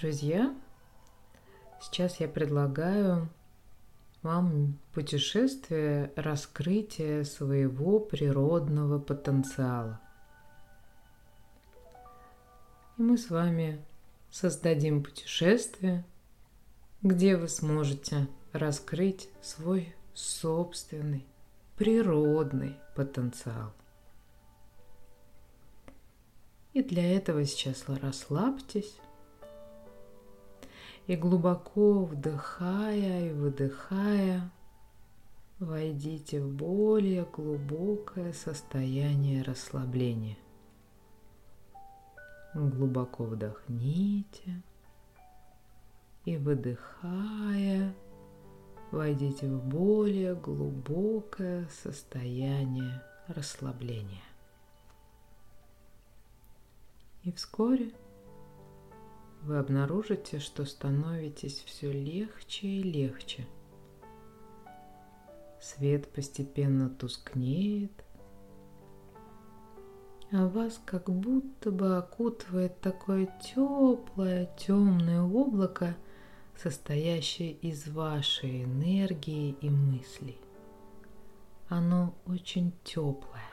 Друзья, сейчас я предлагаю вам путешествие раскрытия своего природного потенциала. И мы с вами создадим путешествие, где вы сможете раскрыть свой собственный природный потенциал. И для этого сейчас расслабьтесь и глубоко вдыхая и выдыхая, войдите в более глубокое состояние расслабления. Глубоко вдохните и, выдыхая, войдите в более глубокое состояние расслабления. И вскоре вы обнаружите, что становитесь все легче и легче. Свет постепенно тускнеет, а вас как будто бы окутывает такое теплое, темное облако, состоящее из вашей энергии и мыслей. Оно очень теплое.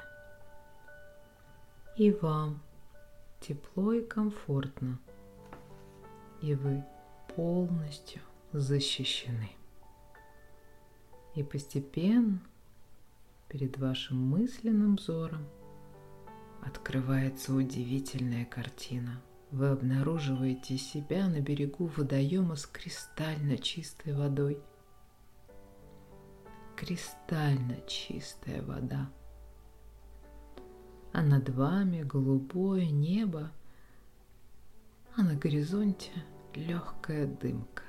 И вам тепло и комфортно. И вы полностью защищены. И постепенно перед вашим мысленным взором открывается удивительная картина. Вы обнаруживаете себя на берегу водоема с кристально чистой водой. Кристально чистая вода. А над вами голубое небо, а на горизонте легкая дымка.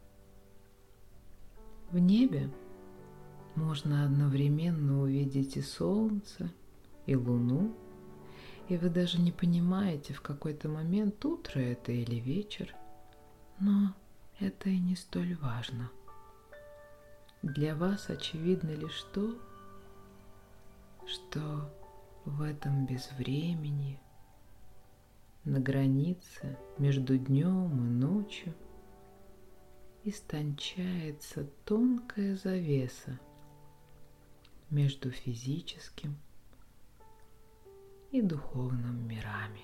В небе можно одновременно увидеть и солнце, и луну, и вы даже не понимаете в какой-то момент, утро это или вечер, но это и не столь важно. Для вас очевидно лишь то, что в этом безвременье, на границе между днем и ночью, истончается тонкая завеса между физическим и духовным мирами.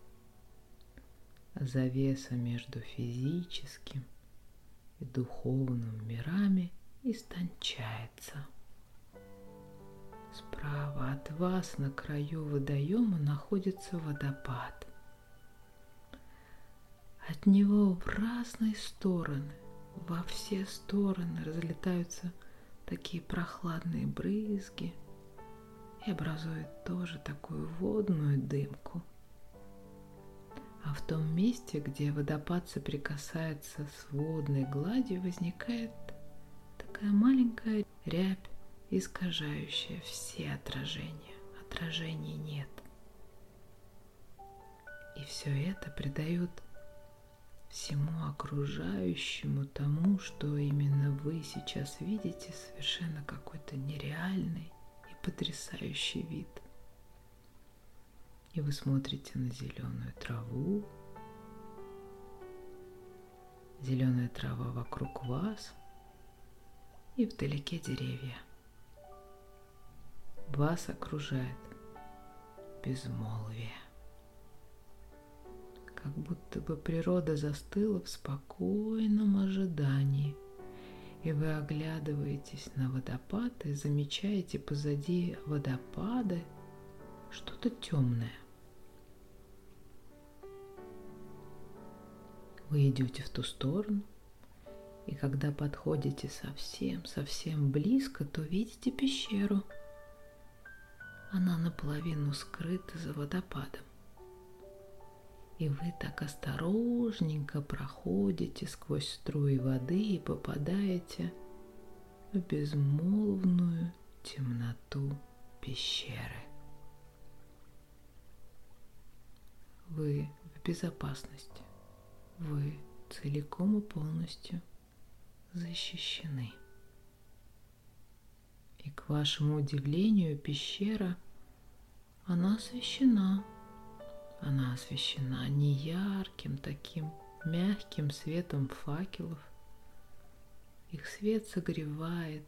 Завеса между физическим и духовным мирами истончается. Справа от вас на краю водоема находится водопад. От него в разные стороны, во все стороны разлетаются такие прохладные брызги и образуют тоже такую водную дымку. А в том месте, где водопад соприкасается с водной гладью, возникает такая маленькая рябь, искажающая все отражения. Отражений нет. И все это придает всему окружающему тому, что именно вы сейчас видите, совершенно какой-то нереальный и потрясающий вид. И вы смотрите на зеленую траву. Зеленая трава вокруг вас, и вдалеке деревья. Вас окружает безмолвие. Как будто бы природа застыла в спокойном ожидании, и вы оглядываетесь на водопад и замечаете позади водопада что-то темное. Вы идете в ту сторону, и когда подходите совсем близко, то видите пещеру. Она наполовину скрыта за водопадом. И вы так осторожненько проходите сквозь струи воды и попадаете в безмолвную темноту пещеры. Вы в безопасности. Вы целиком и полностью защищены. И к вашему удивлению, пещера, она освещена. Она освещена не ярким таким мягким светом факелов. Их свет согревает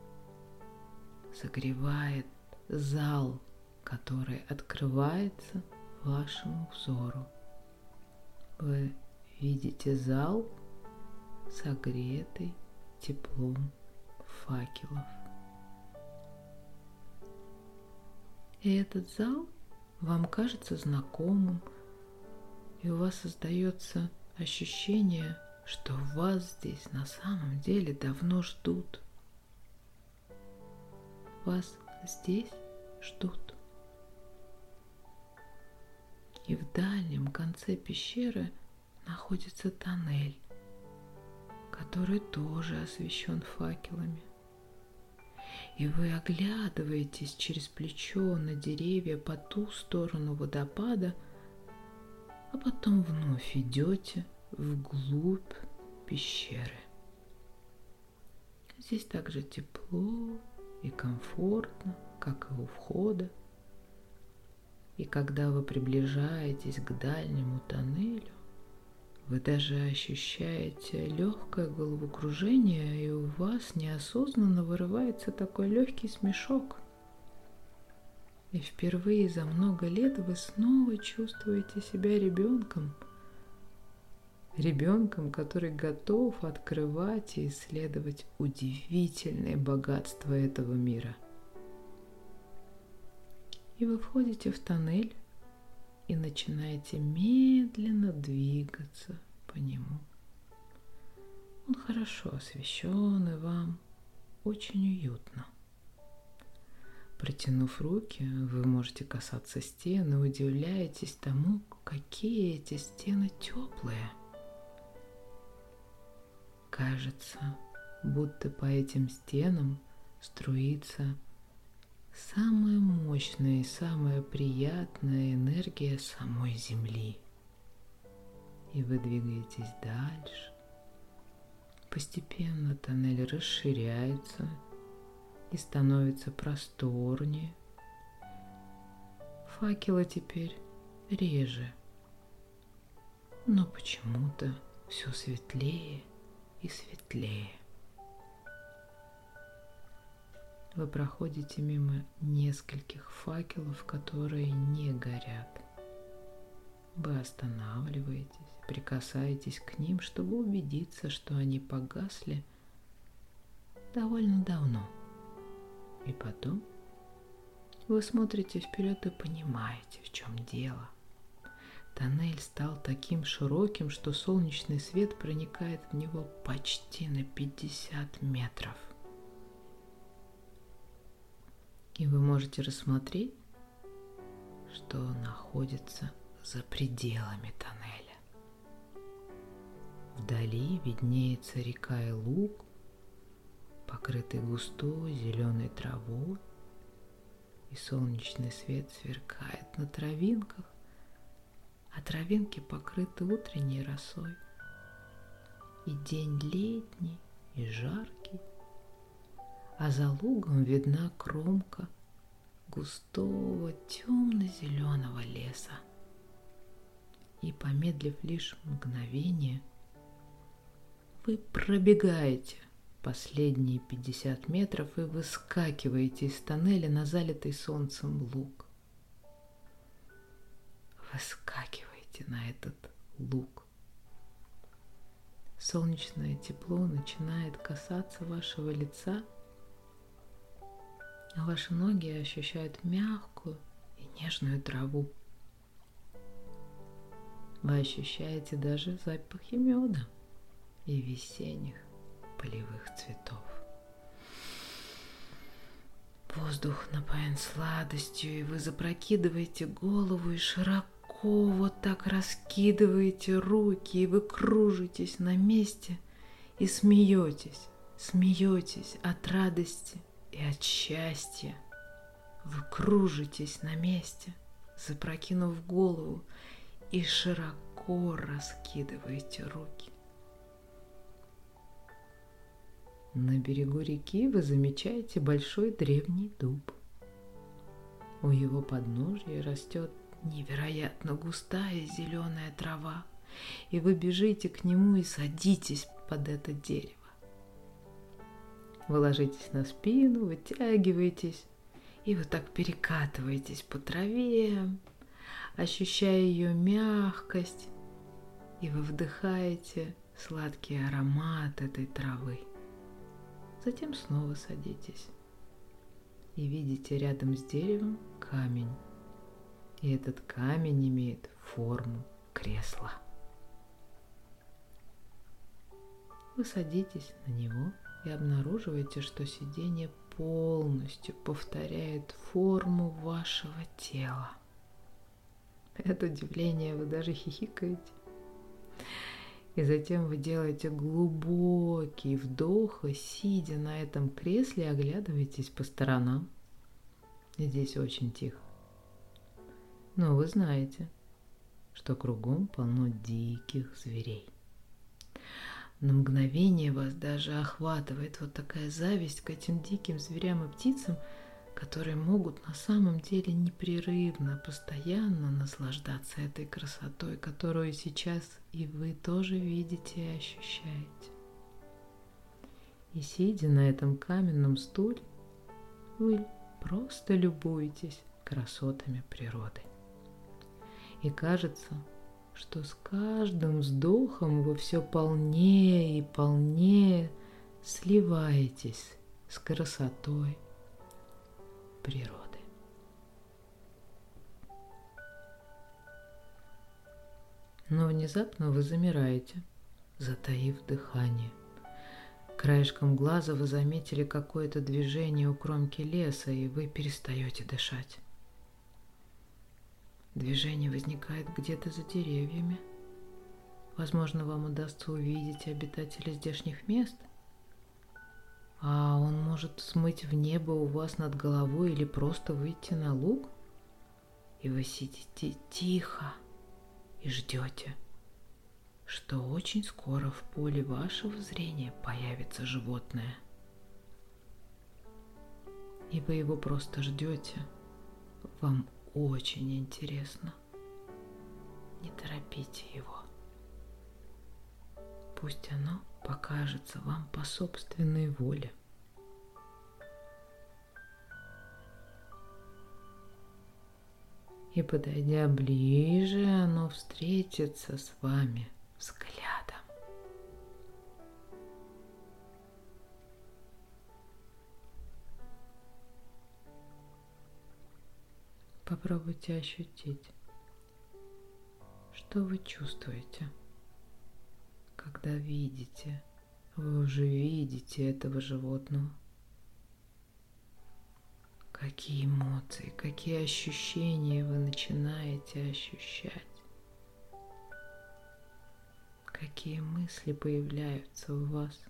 зал, который открывается вашему взору. Вы видите зал, согретый теплом факелов. И этот зал вам кажется знакомым, и у вас создается ощущение, что вас здесь на самом деле давно ждут. Вас здесь ждут. И в дальнем конце пещеры находится тоннель, который тоже освещен факелами. И вы оглядываетесь через плечо на деревья по ту сторону водопада, а потом вновь идете вглубь пещеры. Здесь также тепло и комфортно, как и у входа. И когда вы приближаетесь к дальнему тоннелю, вы даже ощущаете легкое головокружение, и у вас неосознанно вырывается такой легкий смешок. И впервые за много лет вы снова чувствуете себя ребенком. Ребенком, который готов открывать и исследовать удивительные богатства этого мира. И вы входите в тоннель и начинаете медленно двигаться по нему. Он хорошо освещен, и вам очень уютно. Протянув руки, вы можете касаться стен и удивляетесь тому, какие эти стены теплые. Кажется, будто по этим стенам струится самая мощная и самая приятная энергия самой Земли. И вы двигаетесь дальше. Постепенно тоннель расширяется и становится просторнее. Факелы теперь реже, но почему-то все светлее и светлее. Вы проходите мимо нескольких факелов, которые не горят. Вы останавливаетесь, прикасаетесь к ним, чтобы убедиться, что они погасли довольно давно. И потом вы смотрите вперед и понимаете, в чем дело. Тоннель стал таким широким, что солнечный свет проникает в него почти на 50 метров. И вы можете рассмотреть, что находится за пределами тоннеля. Вдали виднеется река и луг, покрытый густой зеленой травой, и солнечный свет сверкает на травинках, а травинки покрыты утренней росой. И день летний и жаркий, а за лугом видна кромка густого темно-зеленого леса. И, помедлив лишь мгновение, вы пробегаете последние 50 метров и выскакиваете из тоннеля на залитый солнцем луг. Выскакиваете на этот луг. Солнечное тепло начинает касаться вашего лица, а ваши ноги ощущают мягкую и нежную траву. Вы ощущаете даже запахи меда и весенних полевых цветов. Воздух напоен сладостью, и вы запрокидываете голову и широко вот так раскидываете руки, и вы кружитесь на месте и смеетесь от радости и от счастья. Вы кружитесь на месте, запрокинув голову, и широко раскидываете руки. На берегу реки вы замечаете большой древний дуб. У его подножия растет невероятно густая зеленая трава, и вы бежите к нему и садитесь под это дерево. Вы ложитесь на спину, вытягиваетесь, и вот так перекатываетесь по траве, ощущая ее мягкость, и вы вдыхаете сладкий аромат этой травы. Затем снова садитесь и видите рядом с деревом камень. И этот камень имеет форму кресла. Вы садитесь на него и обнаруживаете, что сиденье полностью повторяет форму вашего тела. От удивления вы даже хихикаете. И затем вы делаете глубокий вдох, и, сидя на этом кресле, оглядываетесь по сторонам. Здесь очень тихо. Но вы знаете, что кругом полно диких зверей. На мгновение вас даже охватывает вот такая зависть к этим диким зверям и птицам, которые могут на самом деле непрерывно, постоянно наслаждаться этой красотой, которую сейчас и вы тоже видите и ощущаете. И сидя на этом каменном стуле, вы просто любуетесь красотами природы. И кажется, что с каждым вздохом вы все полнее и полнее сливаетесь с красотой природы. Но внезапно вы замираете, затаив дыхание. Краешком глаза вы заметили какое-то движение у кромки леса, и вы перестаете дышать. Движение возникает где-то за деревьями. Возможно, вам удастся увидеть обитателей здешних мест, а он может взмыть в небо у вас над головой или просто выйти на луг, и вы сидите тихо и ждете, что очень скоро в поле вашего зрения появится животное. И вы его просто ждете. Вам очень интересно. Не торопите его. Пусть оно покажется вам по собственной воле. И, подойдя ближе, оно встретится с вами взглядом. Попробуйте ощутить, что вы чувствуете, когда видите, вы уже видите этого животного. Какие эмоции, какие ощущения вы начинаете ощущать? Какие мысли появляются у вас?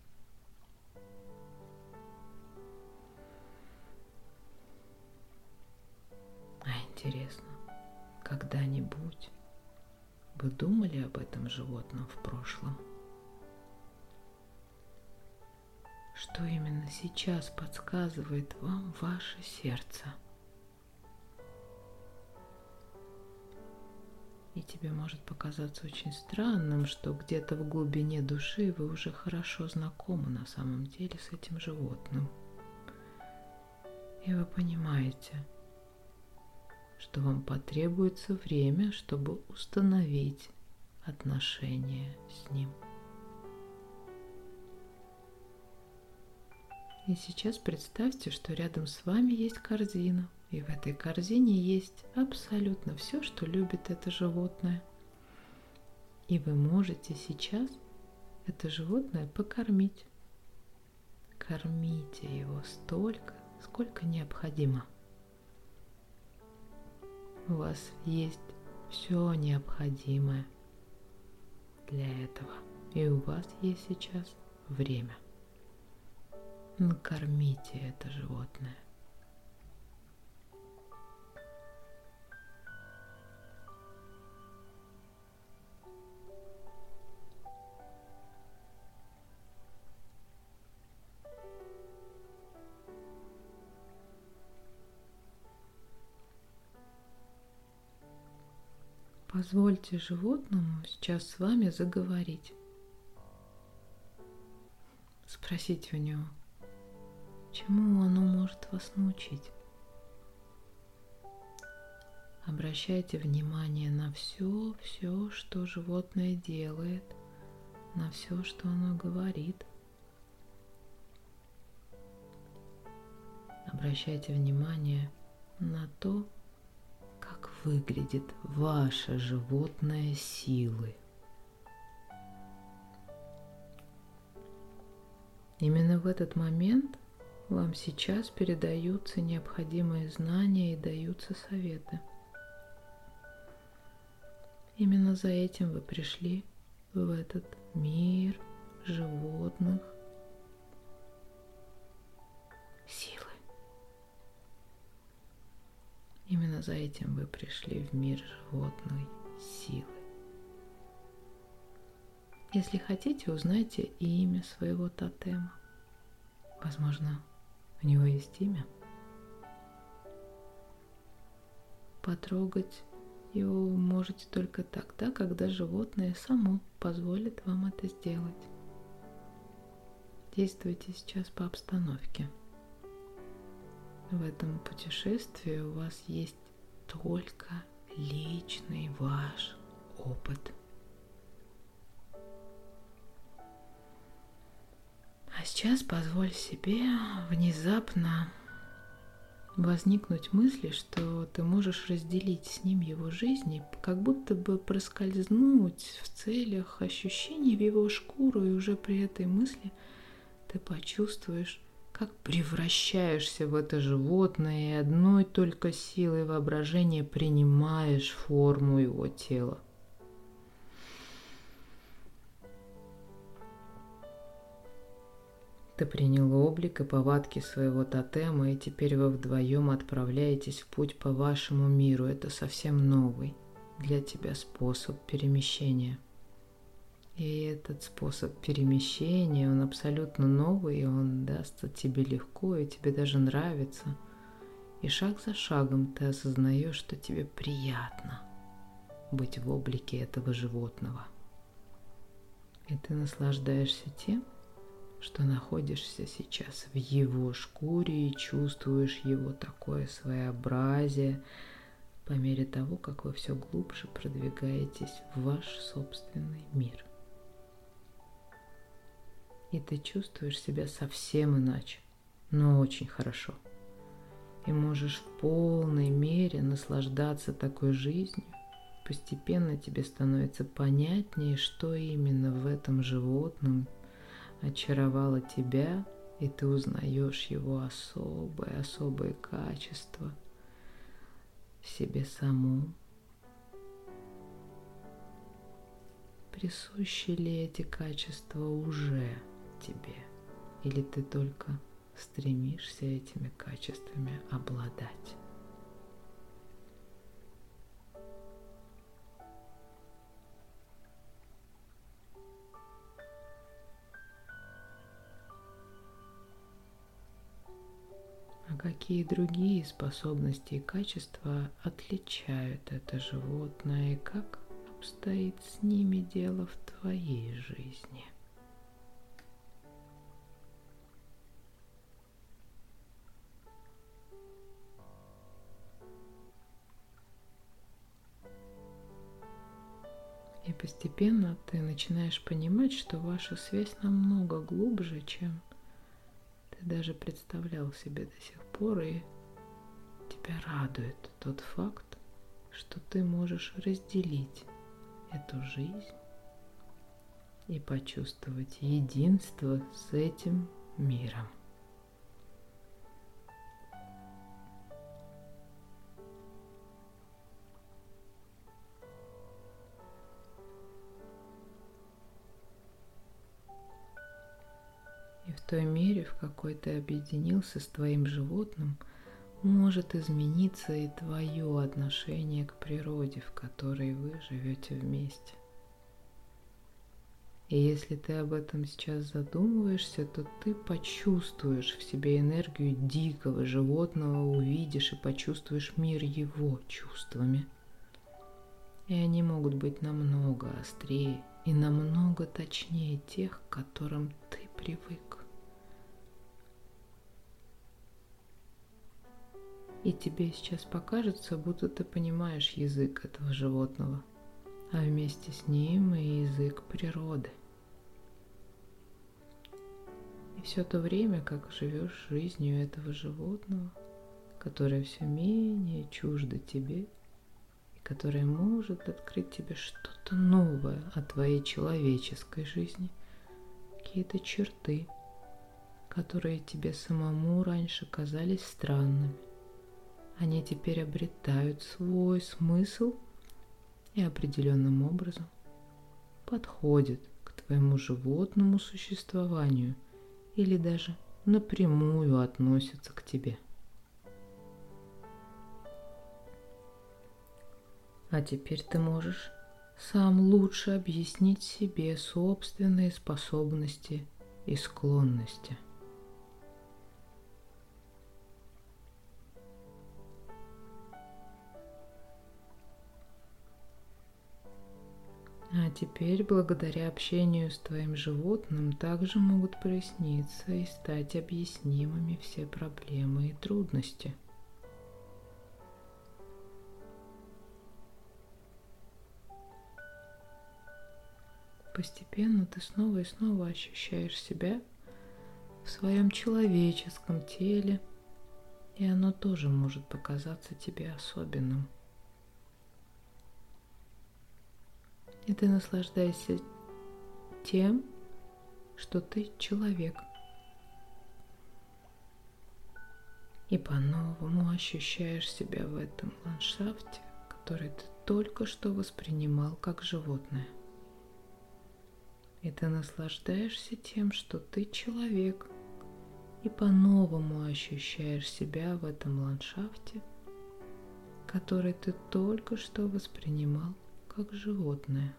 А интересно, когда-нибудь вы думали об этом животном в прошлом? Что именно сейчас подсказывает вам ваше сердце? И тебе может показаться очень странным, что где-то в глубине души вы уже хорошо знакомы на самом деле с этим животным. И вы понимаете, что вам потребуется время, чтобы установить отношения с ним. И сейчас представьте, что рядом с вами есть корзина, и в этой корзине есть абсолютно все, что любит это животное. И вы можете сейчас это животное покормить. Кормите его столько, сколько необходимо. У вас есть все необходимое для этого, и у вас есть сейчас время. Накормите это животное. Позвольте животному сейчас с вами заговорить. Спросите у него, чему оно может вас научить. Обращайте внимание на все, что животное делает, на все, что оно говорит. Обращайте внимание на то, как выглядит ваше животное силы. Именно в этот момент вам сейчас передаются необходимые знания и даются советы. Именно за этим вы пришли в этот мир животных силы. Именно за этим вы пришли в мир животной силы. Если хотите, узнайте имя своего тотема. Возможно, у него есть имя. Потрогать его можете только тогда, когда животное само позволит вам это сделать. Действуйте сейчас по обстановке. В этом путешествии у вас есть только личный ваш опыт. А сейчас позволь себе внезапно возникнуть мысли, что ты можешь разделить с ним его жизнь и как будто бы проскользнуть в целях ощущений в его шкуру, и уже при этой мысли ты почувствуешь, как превращаешься в это животное и одной только силой воображения принимаешь форму его тела. Ты принял облик и повадки своего тотема, и теперь вы вдвоем отправляетесь в путь по вашему миру. Это совсем новый для тебя способ перемещения. И этот способ перемещения, он абсолютно новый, и он дастся тебе легко, и тебе даже нравится. И шаг за шагом ты осознаешь, что тебе приятно быть в облике этого животного. И ты наслаждаешься тем, что находишься сейчас в его шкуре и чувствуешь его такое своеобразие по мере того, как вы все глубже продвигаетесь в ваш собственный мир. И ты чувствуешь себя совсем иначе, но очень хорошо. И можешь в полной мере наслаждаться такой жизнью. Постепенно тебе становится понятнее, что именно в этом животном очаровало тебя, и ты узнаешь его особые качества в себе саму. Присущи ли эти качества уже тебе, или ты только стремишься этими качествами обладать? А какие другие способности и качества отличают это животное, и как обстоит с ними дело в твоей жизни? И постепенно ты начинаешь понимать, что ваша связь намного глубже, чем ты даже представлял себе до сих пор, и тебя радует тот факт, что ты можешь разделить эту жизнь и почувствовать единство с этим миром. И в той мере, в какой ты объединился с твоим животным, может измениться и твое отношение к природе, в которой вы живете вместе. И если ты об этом сейчас задумываешься, то ты почувствуешь в себе энергию дикого животного, увидишь и почувствуешь мир его чувствами. И они могут быть намного острее и намного точнее тех, к которым ты привык. И тебе сейчас покажется, будто ты понимаешь язык этого животного, а вместе с ним и язык природы. И все то время, как живешь жизнью этого животного, которое все менее чуждо тебе, и которое может открыть тебе что-то новое о твоей человеческой жизни, какие-то черты, которые тебе самому раньше казались странными. Они теперь обретают свой смысл и определенным образом подходят к твоему животному существованию или даже напрямую относятся к тебе. А теперь ты можешь сам лучше объяснить себе собственные способности и склонности. А теперь, благодаря общению с твоим животным, также могут проясниться и стать объяснимыми все проблемы и трудности. Постепенно ты снова и снова ощущаешь себя в своем человеческом теле, и оно тоже может показаться тебе особенным. И ты наслаждаешься тем, что ты человек. И по-новому ощущаешь себя в этом ландшафте, который ты только что воспринимал как животное. И ты наслаждаешься тем, что ты человек. И по-новому ощущаешь себя в этом ландшафте, который ты только что воспринимал как животное.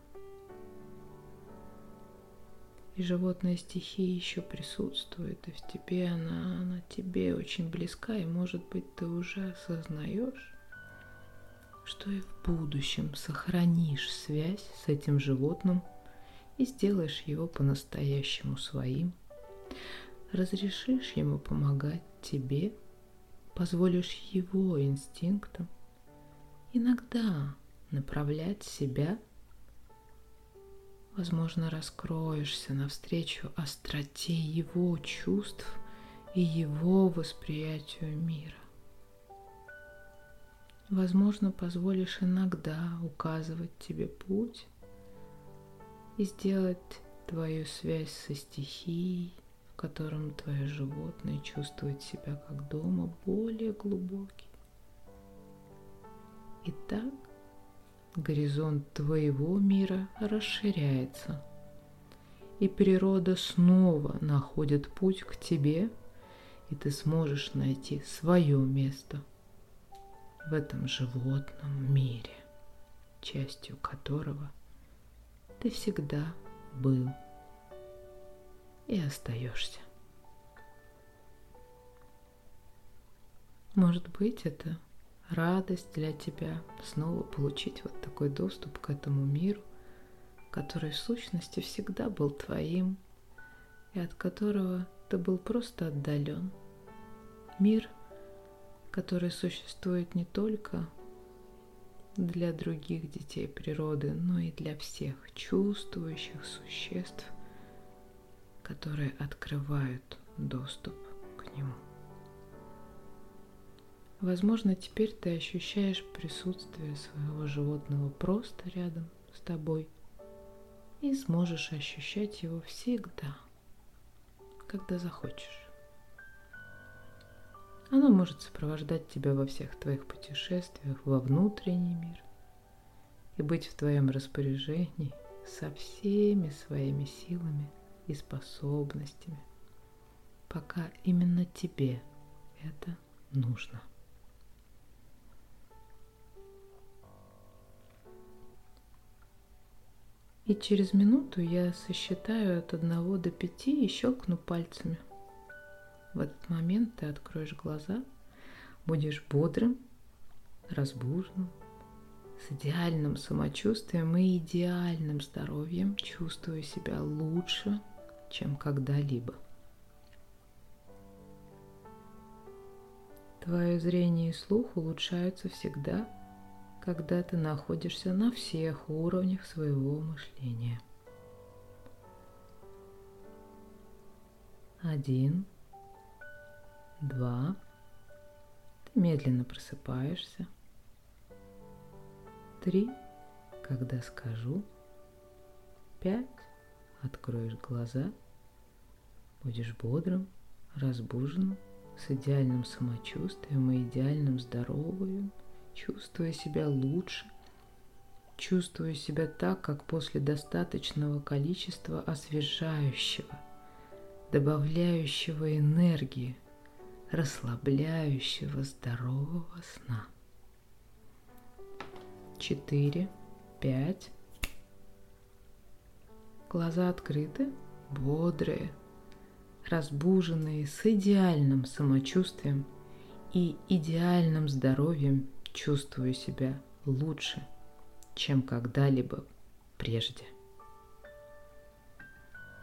И животная стихия еще присутствует, и в тебе она тебе очень близка, и, может быть, ты уже осознаешь, что и в будущем сохранишь связь с этим животным и сделаешь его по-настоящему своим, разрешишь ему помогать тебе, позволишь его инстинктам иногда направлять себя. Возможно, раскроешься навстречу остроте его чувств и его восприятию мира. Возможно, позволишь иногда указывать тебе путь и сделать твою связь со стихией, в котором твое животное чувствует себя как дома, более глубокий. И так горизонт твоего мира расширяется, и природа снова находит путь к тебе, и ты сможешь найти свое место в этом животном мире, частью которого ты всегда был и остаешься. Может быть, это радость для тебя снова получить вот такой доступ к этому миру, который в сущности всегда был твоим и от которого ты был просто отдален. Мир, который существует не только для других детей природы, но и для всех чувствующих существ, которые открывают доступ к нему. Возможно, теперь ты ощущаешь присутствие своего животного просто рядом с тобой и сможешь ощущать его всегда, когда захочешь. Оно может сопровождать тебя во всех твоих путешествиях во внутренний мир и быть в твоем распоряжении со всеми своими силами и способностями, пока именно тебе это нужно. И через минуту я сосчитаю от 1 до 5 и щелкну пальцами. В этот момент ты откроешь глаза, будешь бодрым, разбуженным, с идеальным самочувствием и идеальным здоровьем чувствую себя лучше, чем когда-либо. Твое зрение и слух улучшаются всегда, когда ты находишься на всех уровнях своего мышления. 1, 2. Ты медленно просыпаешься. 3, когда скажу. 5, откроешь глаза. Будешь бодрым, разбуженным, с идеальным самочувствием и идеальным здоровьем, чувствуя себя лучше, чувствуя себя так, как после достаточного количества освежающего, добавляющего энергии, расслабляющего здорового сна. 4, 5. Глаза открыты, бодрые, разбуженные, с идеальным самочувствием и идеальным здоровьем, чувствую себя лучше, чем когда-либо прежде.